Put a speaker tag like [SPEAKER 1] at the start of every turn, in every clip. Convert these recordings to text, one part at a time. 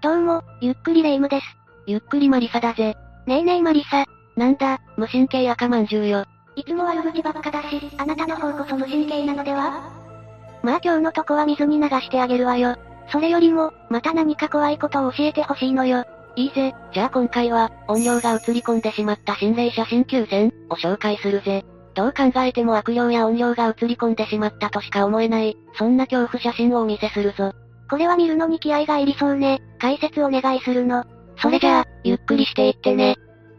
[SPEAKER 1] どうも、ゆっくりレ夢ムです。
[SPEAKER 2] ゆっくりマリサだぜ。
[SPEAKER 1] ねえねえマリサ。
[SPEAKER 2] なんだ、無神経赤まんじゅうよ。
[SPEAKER 1] いつも悪口ばっかだし、あなたの方こそ無神経なのでは？まあ今日のとこは水に流してあげるわよ。それよりも、また何か怖いことを教えてほしいのよ。
[SPEAKER 2] いいぜ、じゃあ今回は、怨霊が映り込んでしまった心霊写真9000を紹介するぜ。どう考えても悪霊や怨霊が映り込んでしまったとしか思えない、そんな恐怖写真をお見せするぞ。
[SPEAKER 1] これは見るのに気合がいりそうね。解説お願いするの。
[SPEAKER 2] それじゃあ、ゆっくりしていってね。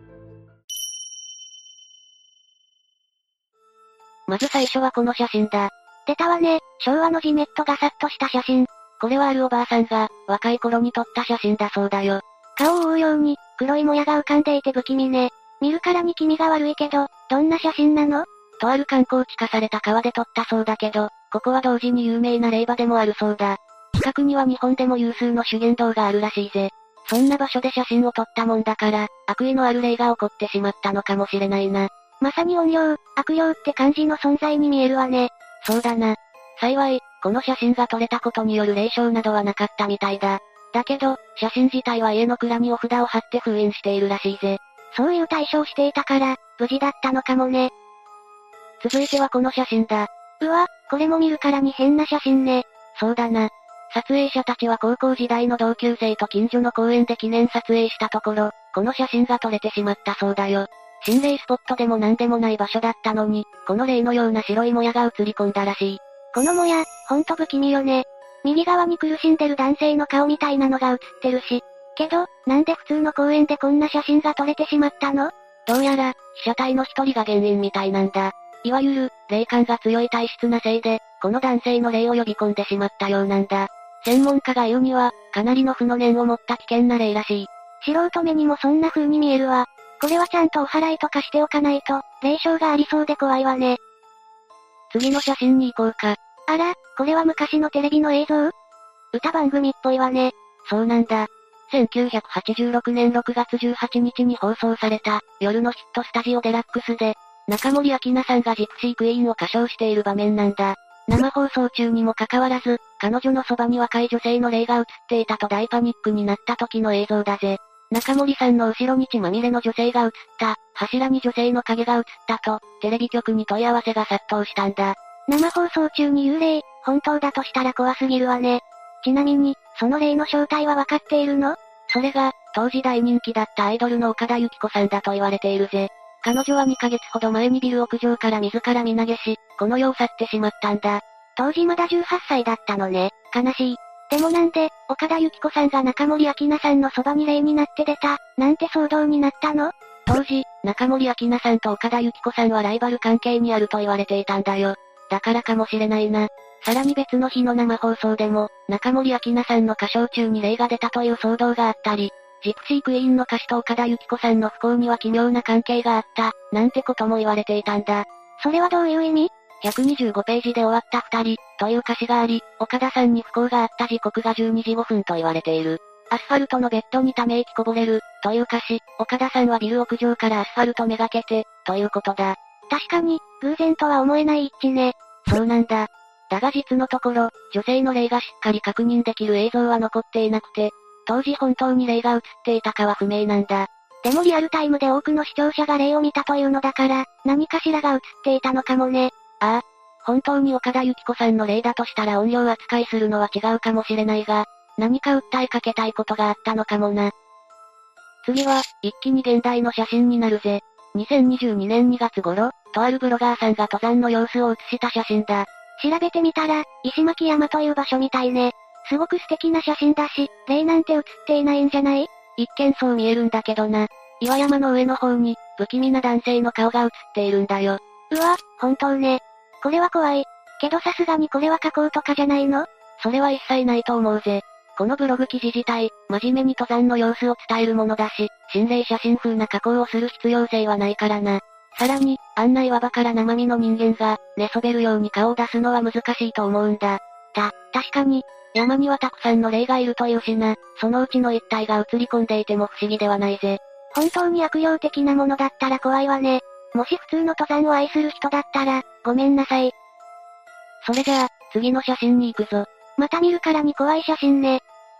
[SPEAKER 2] まず最初はこの写真だ。
[SPEAKER 1] 出たわね、昭和のジメッとガサッとした写真。
[SPEAKER 2] これはあるおばあさんが、若い頃に撮った写真だそうだよ。
[SPEAKER 1] 顔を覆うように、黒いもやが浮かんでいて不気味ね。見るからに気味が悪いけど、どんな写真なの？
[SPEAKER 2] とある観光地化された川で撮ったそうだけど、ここは同時に有名な霊場でもあるそうだ。近くには日本でも有数の修験道があるらしいぜ。そんな場所で写真を撮ったもんだから、悪意のある霊が起こってしまったのかもしれないな。
[SPEAKER 1] まさに怨霊、悪霊って感じの存在に見えるわね。
[SPEAKER 2] そうだな。幸い、この写真が撮れたことによる霊障などはなかったみたいだ。だけど、写真自体は家の蔵にお札を貼って封印しているらしいぜ。
[SPEAKER 1] そういう対処をしていたから、無事だったのかもね。
[SPEAKER 2] 続いてはこの写真だ。
[SPEAKER 1] うわ、これも見るからに変な写真ね。
[SPEAKER 2] そうだな。撮影者たちは高校時代の同級生と近所の公園で記念撮影したところ、この写真が撮れてしまったそうだよ。心霊スポットでもなんでもない場所だったのに、この霊のような白いもやが映り込んだらしい。
[SPEAKER 1] このもや、ほんと不気味よね。右側に苦しんでる男性の顔みたいなのが映ってるし。けど、なんで普通の公園でこんな写真が撮れてしまったの？
[SPEAKER 2] どうやら、被写体の一人が原因みたいなんだ。いわゆる、霊感が強い体質なせいで、この男性の霊を呼び込んでしまったようなんだ。専門家が言うには、かなりの負の念を持った危険な霊らしい。
[SPEAKER 1] 素人目にもそんな風に見えるわ。これはちゃんとお祓いとかしておかないと、霊障がありそうで怖いわね。
[SPEAKER 2] 次の写真に行こうか。
[SPEAKER 1] あら、これは昔のテレビの映像？歌番組っぽいわね。
[SPEAKER 2] そうなんだ。1986年6月18日に放送された、夜のヒットスタジオデラックスで、中森明菜さんがジプシークイーンを歌唱している場面なんだ。生放送中にもかかわらず、彼女のそばに若い女性の霊が映っていたと大パニックになった時の映像だぜ。中森さんの後ろに血まみれの女性が映った、柱に女性の影が映ったと、テレビ局に問い合わせが殺到したんだ。
[SPEAKER 1] 生放送中に幽霊、本当だとしたら怖すぎるわね。ちなみに、その霊の正体はわかっているの？
[SPEAKER 2] それが、当時大人気だったアイドルの岡田由紀子さんだと言われているぜ。彼女は2ヶ月ほど前にビル屋上から自ら身投げし、この世を去ってしまったんだ。
[SPEAKER 1] 当時まだ18歳だったのね。悲しい。でもなんで、岡田由紀子さんが中森明菜さんのそばに霊になって出た、なんて騒動になったの？
[SPEAKER 2] 当時、中森明菜さんと岡田由紀子さんはライバル関係にあると言われていたんだよ。だからかもしれないな。さらに別の日の生放送でも、中森明菜さんの歌唱中に霊が出たという騒動があったり、ジプシークイーンの歌手と岡田由紀子さんの不幸には奇妙な関係があった、なんてことも言われていたんだ。
[SPEAKER 1] それはどういう意味
[SPEAKER 2] ？125ページで終わった二人、という歌詞があり、岡田さんに不幸があった時刻が12時5分と言われている。アスファルトのベッドにため息こぼれる、という歌詞、岡田さんはビル屋上からアスファルトめがけて、ということだ。
[SPEAKER 1] 確かに、偶然とは思えない一致ね。
[SPEAKER 2] そうなんだ。だが実のところ、女性の霊がしっかり確認できる映像は残っていなくて、当時本当に霊が映っていたかは不明なんだ。
[SPEAKER 1] でもリアルタイムで多くの視聴者が霊を見たというのだから、何かしらが映っていたのかもね。
[SPEAKER 2] ああ。本当に岡田由紀子さんの霊だとしたら怨霊扱いするのは違うかもしれないが、何か訴えかけたいことがあったのかもな。次は、一気に現代の写真になるぜ。2022年2月頃、とあるブロガーさんが登山の様子を写した写真だ。
[SPEAKER 1] 調べてみたら、石巻山という場所みたいね。すごく素敵な写真だし、霊なんて写っていないんじゃない？
[SPEAKER 2] 一見そう見えるんだけどな。岩山の上の方に、不気味な男性の顔が写っているんだよ。
[SPEAKER 1] うわ、本当ね。これは怖い。けどさすがにこれは加工とかじゃないの？
[SPEAKER 2] それは一切ないと思うぜ。このブログ記事自体、真面目に登山の様子を伝えるものだし、心霊写真風な加工をする必要性はないからな。さらに、あんな岩場から生身の人間が、寝そべるように顔を出すのは難しいと思うんだ。
[SPEAKER 1] 確かに、
[SPEAKER 2] 山にはたくさんの霊がいるというしな、そのうちの一体が映り込んでいても不思議ではないぜ。
[SPEAKER 1] 本当に悪霊的なものだったら怖いわね。もし普通の登山を愛する人だったら、ごめんなさい。
[SPEAKER 2] それじゃあ、次の写真に行くぞ。
[SPEAKER 1] また見るからに怖い写真ね。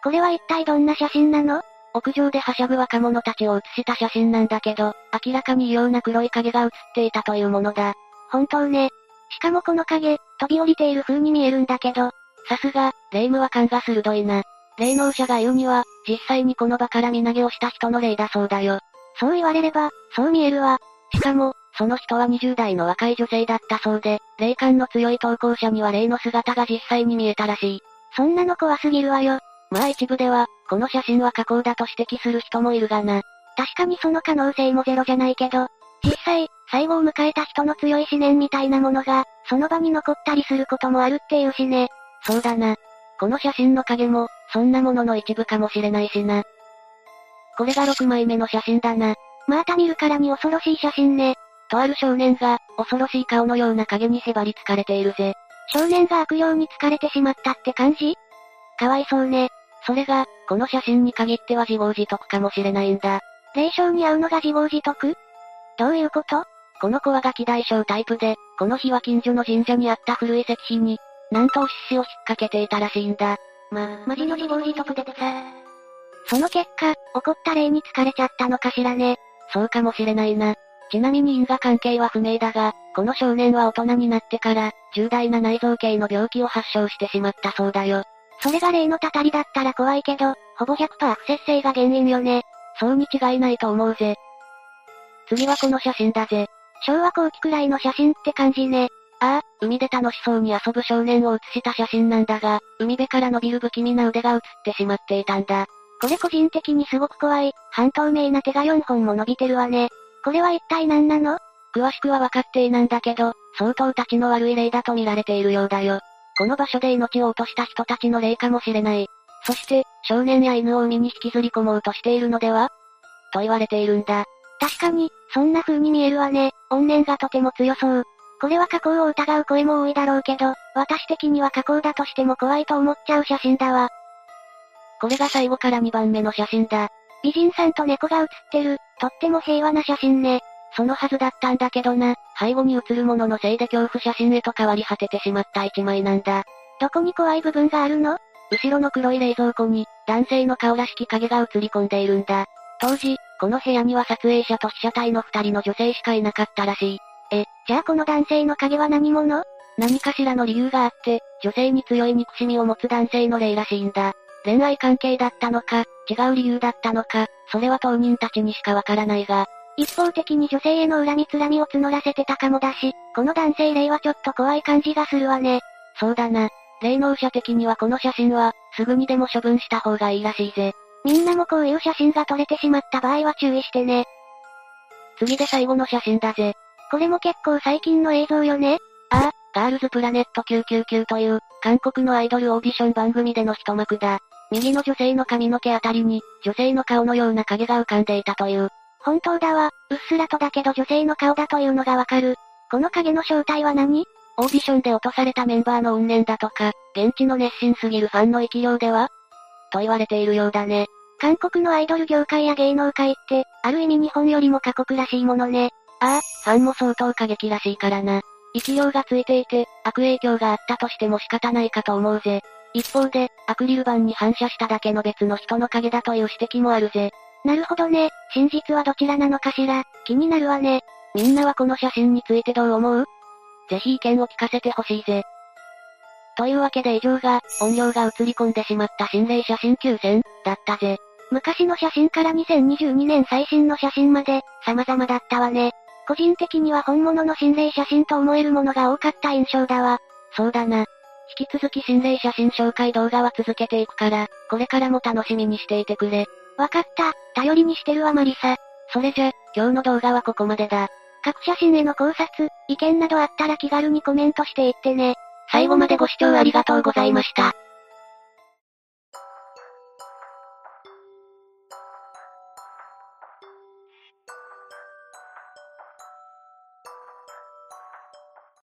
[SPEAKER 1] これは一体どんな写真なの？
[SPEAKER 2] 屋上ではしゃぐ若者たちを写した写真なんだけど、明らかに異様な黒い影が写っていたというものだ。
[SPEAKER 1] 本当ね。しかもこの影、飛び降りている風に見えるんだけど。
[SPEAKER 2] さすが、霊夢は勘が鋭いな。霊能者が言うには、実際にこの場から身投げをした人の霊だそうだよ。
[SPEAKER 1] そう言われれば、そう見えるわ。
[SPEAKER 2] しかも、その人は20代の若い女性だったそうで、霊感の強い投稿者には霊の姿が実際に見えたらしい。
[SPEAKER 1] そんなの怖すぎるわよ。
[SPEAKER 2] まあ一部では、この写真は加工だと指摘する人もいるがな。
[SPEAKER 1] 確かにその可能性もゼロじゃないけど、実際、最後を迎えた人の強い思念みたいなものが、その場に残ったりすることもあるっていうしね。
[SPEAKER 2] そうだな。この写真の影も、そんなものの一部かもしれないしな。これが6枚目の写真だな。
[SPEAKER 1] また見るからに恐ろしい写真ね。
[SPEAKER 2] とある少年が、恐ろしい顔のような影にへばりつかれているぜ。
[SPEAKER 1] 少年が悪霊に疲れてしまったって感じ？かわいそうね。
[SPEAKER 2] それが、この写真に限っては自業自得かもしれないんだ。
[SPEAKER 1] 霊障に会うのが自業自得？どういうこと？
[SPEAKER 2] この子はガキ大将タイプで、この日は近所の神社にあった古い石碑に、なんとお獅子を引っ掛けていたらしいんだ。
[SPEAKER 1] マジの自業自得でさ。その結果、怒った霊に疲れちゃったのかしらね。
[SPEAKER 2] そうかもしれないな。ちなみに因果関係は不明だが、この少年は大人になってから、重大な内臓系の病気を発症してしまったそうだよ。
[SPEAKER 1] それが霊のたたりだったら怖いけど、ほぼ 100% 不摂生が原因よね。
[SPEAKER 2] そうに違いないと思うぜ。次はこの写真だぜ。
[SPEAKER 1] 昭和後期くらいの写真って感じね。
[SPEAKER 2] ああ、海で楽しそうに遊ぶ少年を写した写真なんだが、海辺から伸びる不気味な腕が写ってしまっていたんだ。
[SPEAKER 1] これ個人的にすごく怖い、半透明な手が4本も伸びてるわね。これは一体何なの？
[SPEAKER 2] 詳しくは分かっていないんだけど、相当たちの悪い霊だと見られているようだよ。この場所で命を落とした人たちの霊かもしれない。そして、少年や犬を海に引きずり込もうとしているのでは？と言われているんだ。
[SPEAKER 1] 確かに、そんな風に見えるわね。怨念がとても強そう。これは加工を疑う声も多いだろうけど、私的には加工だとしても怖いと思っちゃう写真だわ。
[SPEAKER 2] これが最後から2番目の写真だ。
[SPEAKER 1] 美人さんと猫が写ってる、とっても平和な写真ね。
[SPEAKER 2] そのはずだったんだけどな、背後に写るもののせいで恐怖写真へと変わり果ててしまった一枚なんだ。
[SPEAKER 1] どこに怖い部分があるの？
[SPEAKER 2] 後ろの黒い冷蔵庫に、男性の顔らしき影が映り込んでいるんだ。当時、この部屋には撮影者と被写体の2人の女性しかいなかったらしい。
[SPEAKER 1] じゃあこの男性の影は何者？
[SPEAKER 2] 何かしらの理由があって、女性に強い憎しみを持つ男性の霊らしいんだ。恋愛関係だったのか、違う理由だったのか、それは当人たちにしかわからないが。
[SPEAKER 1] 一方的に女性への恨みつらみを募らせてたかもだし、この男性霊はちょっと怖い感じがするわね。
[SPEAKER 2] そうだな。霊能者的にはこの写真は、すぐにでも処分した方がいいらしいぜ。
[SPEAKER 1] みんなもこういう写真が撮れてしまった場合は注意してね。
[SPEAKER 2] 次で最後の写真だぜ。
[SPEAKER 1] これも結構最近の映像よね。
[SPEAKER 2] ああ、ガールズプラネット999という、韓国のアイドルオーディション番組での一幕だ。右の女性の髪の毛あたりに、女性の顔のような影が浮かんでいたという。
[SPEAKER 1] 本当だわ、うっすらとだけど女性の顔だというのがわかる。この影の正体は何？
[SPEAKER 2] オーディションで落とされたメンバーの怨念だとか、現地の熱心すぎるファンの生き量では？と言われているようだね。
[SPEAKER 1] 韓国のアイドル業界や芸能界って、ある意味日本よりも過酷らしいものね。
[SPEAKER 2] ああ、ファンも相当過激らしいからな。生き量がついていて、悪影響があったとしても仕方ないかと思うぜ。一方で、アクリル板に反射しただけの別の人の影だという指摘もあるぜ。
[SPEAKER 1] なるほどね。真実はどちらなのかしら。気になるわね。
[SPEAKER 2] みんなはこの写真についてどう思う？ぜひ意見を聞かせてほしいぜ。というわけで以上が、怨霊が映り込んでしまった心霊写真9選、だったぜ。
[SPEAKER 1] 昔の写真から2022年最新の写真まで、様々だったわね。個人的には本物の心霊写真と思えるものが多かった印象だわ。
[SPEAKER 2] そうだな。引き続き心霊写真紹介動画は続けていくから、これからも楽しみにしていてくれ。
[SPEAKER 1] わかった、頼りにしてるわマリサ。
[SPEAKER 2] それじゃ、今日の動画はここまでだ。
[SPEAKER 1] 各写真への考察、意見などあったら気軽にコメントしていってね。
[SPEAKER 2] 最後までご視聴ありがとうございました。